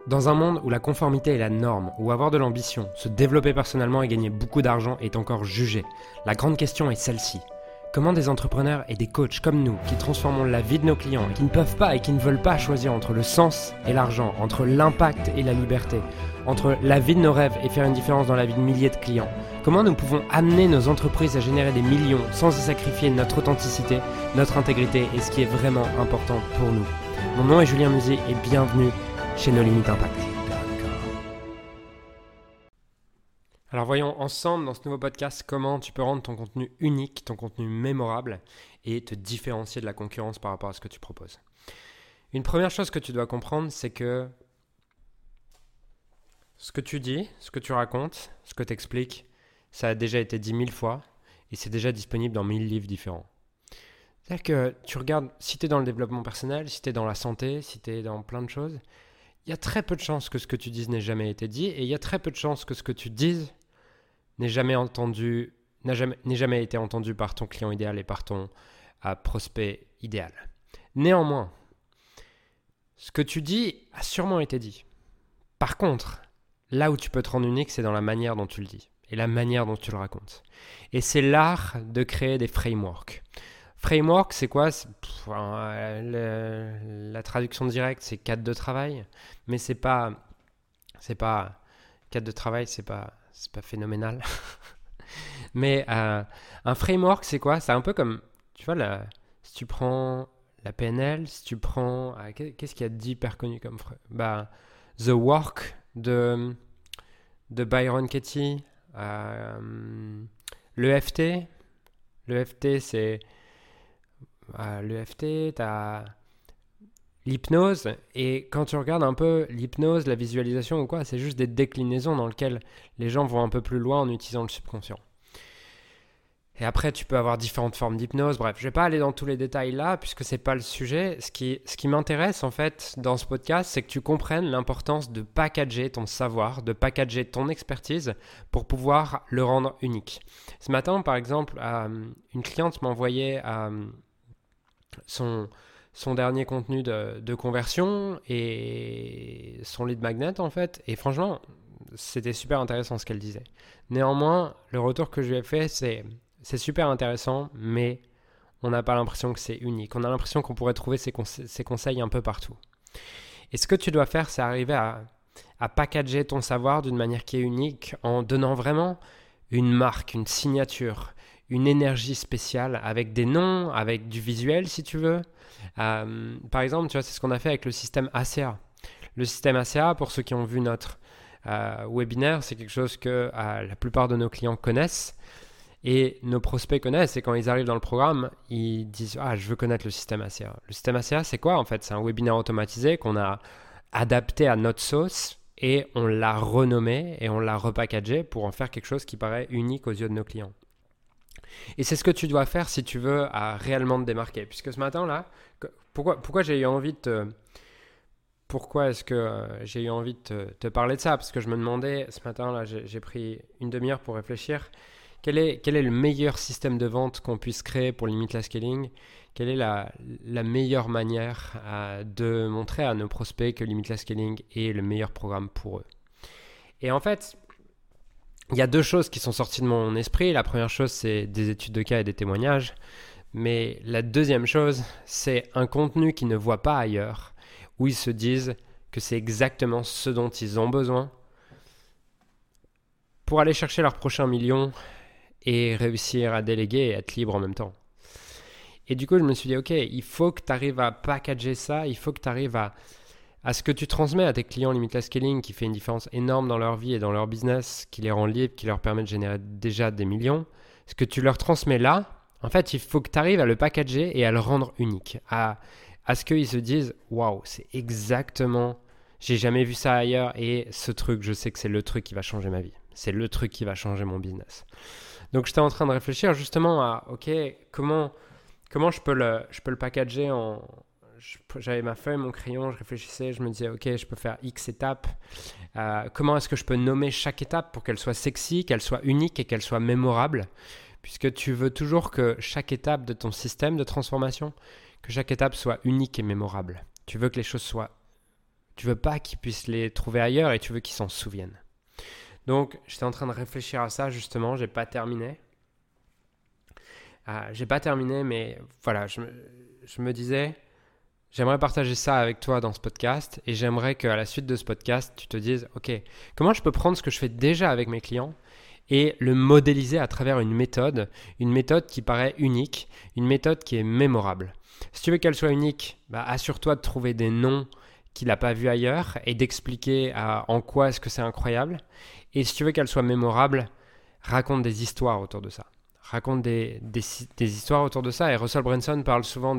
Dans un monde où la conformité est la norme, où avoir de l'ambition, se développer personnellement et gagner beaucoup d'argent est encore jugé, la grande question est celle-ci. Comment des entrepreneurs et des coachs comme nous, qui transformons la vie de nos clients et qui ne peuvent pas et qui ne veulent pas choisir entre le sens et l'argent, entre l'impact et la liberté, entre la vie de nos rêves et faire une différence dans la vie de milliers de clients, comment nous pouvons amener nos entreprises à générer des millions sans y sacrifier notre authenticité, notre intégrité et ce qui est vraiment important pour nous. Mon nom est Julien Musy et bienvenue chez No Limit Impact. Alors voyons ensemble dans ce nouveau podcast comment tu peux rendre ton contenu unique, ton contenu mémorable et te différencier de la concurrence par rapport à ce que tu proposes. Une première chose que tu dois comprendre, c'est que ce que tu dis, ce que tu racontes, ce que tu expliques, ça a déjà été dit 1000 fois et c'est déjà disponible dans 1000 livres différents. C'est-à-dire que tu regardes, si tu es dans le développement personnel, si tu es dans la santé, si tu es dans plein de choses, il y a très peu de chances que ce que tu dises n'ait jamais été dit et il y a très peu de chances que ce que tu dises n'ait jamais été entendu par ton client idéal et par ton prospect idéal. Néanmoins, ce que tu dis a sûrement été dit. Par contre, là où tu peux te rendre unique, c'est dans la manière dont tu le dis et la manière dont tu le racontes. Et c'est l'art de créer des frameworks. Framework, c'est quoi ? La traduction directe, c'est cadre de travail, mais c'est pas cadre de travail, c'est pas phénoménal. Mais un framework, c'est quoi ? C'est un peu comme, tu vois, si tu prends la PNL, si tu prends, qu'est-ce qu'il y a d'hyper connu comme The Work de Byron Katie, l'EFT. L'EFT, c'est l'EFT, tu as l'hypnose, et quand tu regardes un peu l'hypnose, la visualisation ou quoi, c'est juste des déclinaisons dans lesquelles les gens vont un peu plus loin en utilisant le subconscient. Et après, tu peux avoir différentes formes d'hypnose. Bref, je ne vais pas aller dans tous les détails là, puisque ce n'est pas le sujet. Ce qui m'intéresse en fait dans ce podcast, c'est que tu comprennes l'importance de packager ton savoir, de packager ton expertise pour pouvoir le rendre unique. Ce matin, par exemple, une cliente m'a envoyé son dernier contenu de conversion et son lead magnet en fait. Et franchement, c'était super intéressant ce qu'elle disait. Néanmoins, le retour que je lui ai fait, c'est super intéressant, mais on n'a pas l'impression que c'est unique. On a l'impression qu'on pourrait trouver ces conseils un peu partout. Et ce que tu dois faire, c'est arriver à packager ton savoir d'une manière qui est unique en donnant vraiment une marque, une signature, une énergie spéciale avec des noms, avec du visuel si tu veux. Par exemple, tu vois, c'est ce qu'on a fait avec le système ACA. Le système ACA, pour ceux qui ont vu notre webinaire, c'est quelque chose que la plupart de nos clients connaissent. Et nos prospects connaissent, et quand ils arrivent dans le programme, ils disent « Ah, je veux connaître le système ACA ». Le système ACA, c'est quoi en fait ? C'est un webinaire automatisé qu'on a adapté à notre sauce et on l'a renommé et on l'a repackagé pour en faire quelque chose qui paraît unique aux yeux de nos clients. Et c'est ce que tu dois faire si tu veux réellement te démarquer. Puisque ce matin-là, pourquoi j'ai eu envie de Pourquoi est-ce que j'ai eu envie de te parler de ça ? Parce que je me demandais, ce matin-là, j'ai pris une demi-heure pour réfléchir. Quel est le meilleur système de vente qu'on puisse créer pour Limitless Scaling ? Quelle est la meilleure manière de montrer à nos prospects que Limitless Scaling est le meilleur programme pour eux ? Et en fait, il y a deux choses qui sont sorties de mon esprit. La première chose, c'est des études de cas et des témoignages. Mais la deuxième chose, c'est un contenu qu'ils ne voient pas ailleurs, où ils se disent que c'est exactement ce dont ils ont besoin pour aller chercher leur prochain million et réussir à déléguer et être libre en même temps. Et du coup, je me suis dit, ok, il faut que tu arrives à packager ça, il faut que tu arrives à ce que tu transmets à tes clients Limitless Scaling qui fait une différence énorme dans leur vie et dans leur business, qui les rend libres, qui leur permet de générer déjà des millions. Ce que tu leur transmets là, en fait, il faut que tu arrives à le packager et à le rendre unique, à ce qu'ils se disent, waouh, c'est exactement, j'ai jamais vu ça ailleurs et ce truc, je sais que c'est le truc qui va changer ma vie. C'est le truc qui va changer mon business. Donc, j'étais en train de réfléchir justement à, ok, comment je peux le packager j'avais ma feuille, mon crayon, je réfléchissais, je me disais, ok, je peux faire X étapes. Comment est-ce que je peux nommer chaque étape pour qu'elle soit sexy, qu'elle soit unique et qu'elle soit mémorable ? Puisque tu veux toujours que chaque étape de ton système de transformation, que chaque étape soit unique et mémorable. Tu veux que les choses soient Tu veux pas qu'ils puissent les trouver ailleurs et tu veux qu'ils s'en souviennent. Donc, j'étais en train de réfléchir à ça justement, j'ai pas terminé. Mais voilà, je me disais, j'aimerais partager ça avec toi dans ce podcast et j'aimerais qu'à la suite de ce podcast, tu te dises, ok, comment je peux prendre ce que je fais déjà avec mes clients et le modéliser à travers une méthode qui paraît unique, une méthode qui est mémorable. Si tu veux qu'elle soit unique, assure-toi de trouver des noms qu'il n'a pas vus ailleurs et d'expliquer en quoi est-ce que c'est incroyable. Et si tu veux qu'elle soit mémorable, raconte des histoires autour de ça. Raconte des histoires autour de ça. Et Russell Brunson parle souvent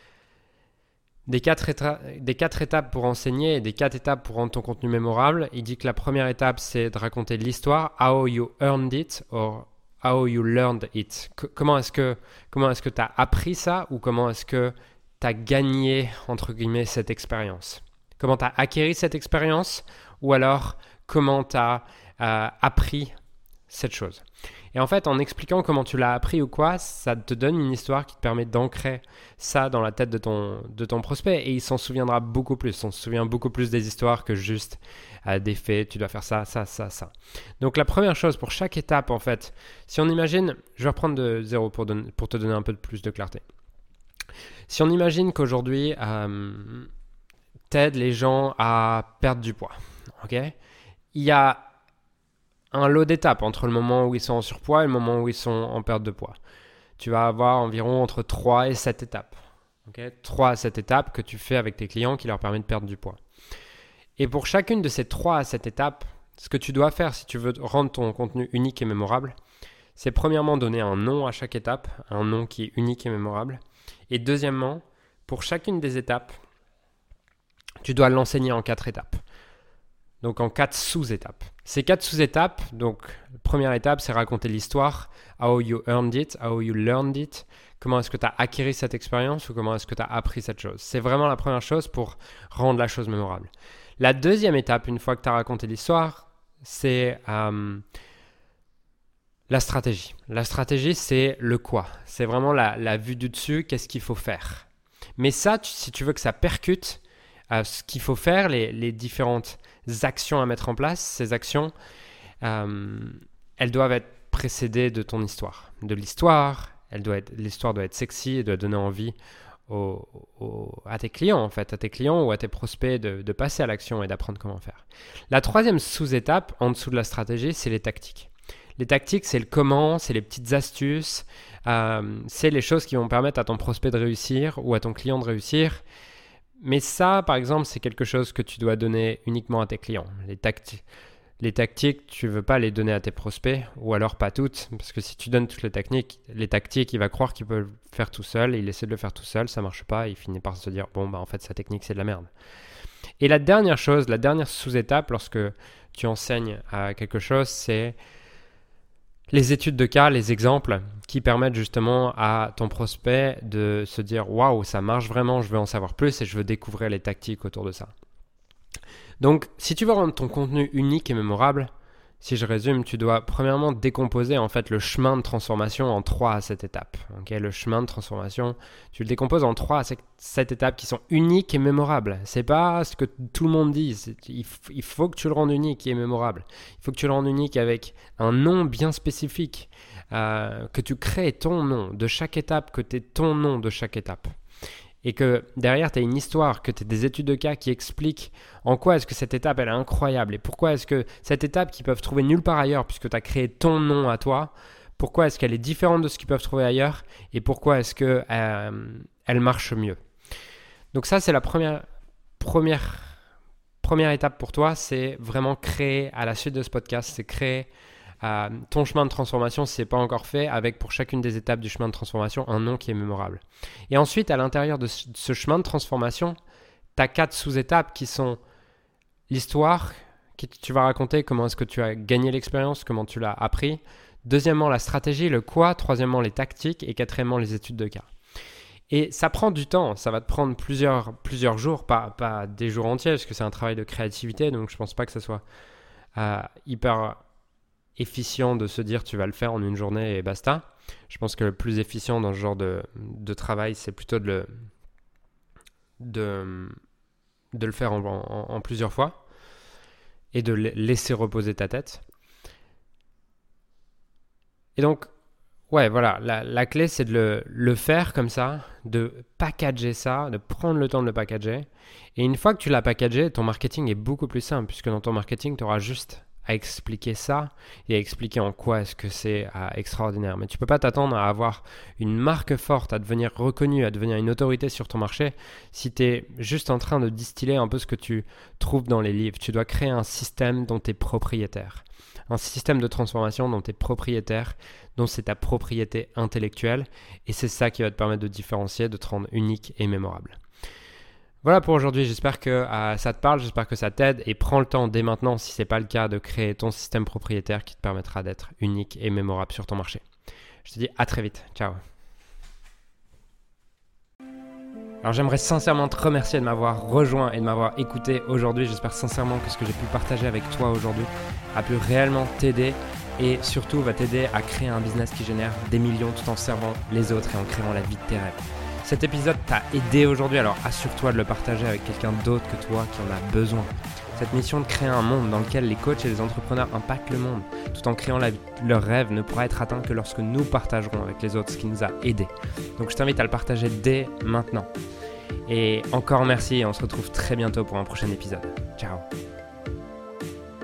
des quatre étapes pour enseigner et des 4 étapes pour rendre ton contenu mémorable. Il dit que la première étape, c'est de raconter l'histoire, how you earned it or how you learned it. Comment est-ce que tu as appris ça ou comment est-ce que tu as gagné, entre guillemets, cette expérience. Comment tu as acquis cette expérience ou alors comment tu as appris cette chose. Et en fait, en expliquant comment tu l'as appris ou quoi, ça te donne une histoire qui te permet d'ancrer ça dans la tête de ton prospect et il s'en souviendra beaucoup plus. On se souvient beaucoup plus des histoires que juste des faits, tu dois faire ça. Donc la première chose pour chaque étape, en fait, si on imagine, je vais reprendre de zéro pour te donner un peu plus de clarté. Si on imagine qu'aujourd'hui, t'aides les gens à perdre du poids, ok ? Il y a un lot d'étapes entre le moment où ils sont en surpoids et le moment où ils sont en perte de poids. Tu vas avoir environ entre 3 et 7 étapes. Okay, 3 à 7 étapes que tu fais avec tes clients qui leur permettent de perdre du poids. Et pour chacune de ces 3 à 7 étapes, ce que tu dois faire si tu veux rendre ton contenu unique et mémorable, c'est premièrement donner un nom à chaque étape, un nom qui est unique et mémorable. Et deuxièmement, pour chacune des étapes, tu dois l'enseigner en 4 étapes. Donc en 4 sous-étapes. Ces 4 sous-étapes, donc la première étape, c'est raconter l'histoire, how you earned it, how you learned it, comment est-ce que tu as acquis cette expérience ou comment est-ce que tu as appris cette chose. C'est vraiment la première chose pour rendre la chose mémorable. La deuxième étape, une fois que tu as raconté l'histoire, c'est la stratégie. La stratégie, c'est le quoi. C'est vraiment la vue du dessus, qu'est-ce qu'il faut faire. Mais ça, si tu veux que ça percute, ce qu'il faut faire, les différentes actions à mettre en place, ces actions, elles doivent être précédées de ton histoire. De l'histoire, l'histoire doit être sexy et doit donner envie à tes clients, en fait, à tes clients ou à tes prospects de passer à l'action et d'apprendre comment faire. La troisième sous-étape, en dessous de la stratégie, c'est les tactiques. Les tactiques, c'est le comment, c'est les petites astuces, c'est les choses qui vont permettre à ton prospect de réussir ou à ton client de réussir. Mais ça, par exemple, c'est quelque chose que tu dois donner uniquement à tes clients. Les tactiques, tu ne veux pas les donner à tes prospects, ou alors pas toutes, parce que si tu donnes toutes les tactiques, il va croire qu'il peut le faire tout seul, et il essaie de le faire tout seul, ça ne marche pas, et il finit par se dire, en fait, sa technique, c'est de la merde. Et la dernière chose, la dernière sous-étape, lorsque tu enseignes à quelque chose, c'est les études de cas, les exemples qui permettent justement à ton prospect de se dire « Waouh, ça marche vraiment, je veux en savoir plus et je veux découvrir les tactiques autour de ça. » Donc, si tu veux rendre ton contenu unique et mémorable, si je résume, tu dois premièrement décomposer en fait le chemin de transformation en 3 à 7 étapes. Okay, le chemin de transformation, tu le décomposes en 3 à 7 étapes qui sont uniques et mémorables. C'est pas ce que tout le monde dit. Il faut que tu le rendes unique et mémorable. Il faut que tu le rendes unique avec un nom bien spécifique, que tu crées ton nom de chaque étape, que tu aies ton nom de chaque étape. Et que derrière, tu as une histoire, que tu as des études de cas qui expliquent en quoi est-ce que cette étape, elle est incroyable et pourquoi est-ce que cette étape qu'ils peuvent trouver nulle part ailleurs puisque tu as créé ton nom à toi, pourquoi est-ce qu'elle est différente de ce qu'ils peuvent trouver ailleurs et pourquoi est-ce qu'elle marche mieux. Donc ça, c'est la première étape pour toi, c'est vraiment créer, à la suite de ce podcast, c'est créer ton chemin de transformation, si ce n'est pas encore fait, avec pour chacune des étapes du chemin de transformation un nom qui est mémorable. Et ensuite, à l'intérieur de ce chemin de transformation, tu as 4 sous-étapes qui sont l'histoire, que tu vas raconter comment est-ce que tu as gagné l'expérience, comment tu l'as appris. Deuxièmement, la stratégie, le quoi. Troisièmement, les tactiques. Et quatrièmement, les études de cas. Et ça prend du temps, ça va te prendre plusieurs jours, pas des jours entiers, parce que c'est un travail de créativité, donc je ne pense pas que ça soit hyper efficient de se dire tu vas le faire en une journée et basta. Je pense que le plus efficient dans ce genre de travail, c'est plutôt de de le faire en plusieurs fois et de laisser reposer ta tête. Et donc, ouais, voilà, la clé, c'est de le faire comme ça, de packager ça, de prendre le temps de le packager. Et une fois que tu l'as packagé, ton marketing est beaucoup plus simple, puisque dans ton marketing, tu auras juste à expliquer ça et à expliquer en quoi est-ce que c'est extraordinaire. Mais tu ne peux pas t'attendre à avoir une marque forte, à devenir reconnu, à devenir une autorité sur ton marché si tu es juste en train de distiller un peu ce que tu trouves dans les livres. Tu dois créer un système dont tu es propriétaire. Un système de transformation dont tu es propriétaire, dont c'est ta propriété intellectuelle. Et c'est ça qui va te permettre de différencier, de te rendre unique et mémorable. Voilà pour aujourd'hui, j'espère que ça te parle, j'espère que ça t'aide et prends le temps dès maintenant, si ce n'est pas le cas, de créer ton système propriétaire qui te permettra d'être unique et mémorable sur ton marché. Je te dis à très vite, ciao. Alors j'aimerais sincèrement te remercier de m'avoir rejoint et de m'avoir écouté aujourd'hui. J'espère sincèrement que ce que j'ai pu partager avec toi aujourd'hui a pu réellement t'aider et surtout va t'aider à créer un business qui génère des millions tout en servant les autres et en créant la vie de tes rêves. Cet épisode t'a aidé aujourd'hui, alors assure-toi de le partager avec quelqu'un d'autre que toi qui en a besoin. Cette mission de créer un monde dans lequel les coachs et les entrepreneurs impactent le monde tout en créant leur rêve ne pourra être atteint que lorsque nous partagerons avec les autres ce qui nous a aidés. Donc je t'invite à le partager dès maintenant. Et encore merci et on se retrouve très bientôt pour un prochain épisode. Ciao.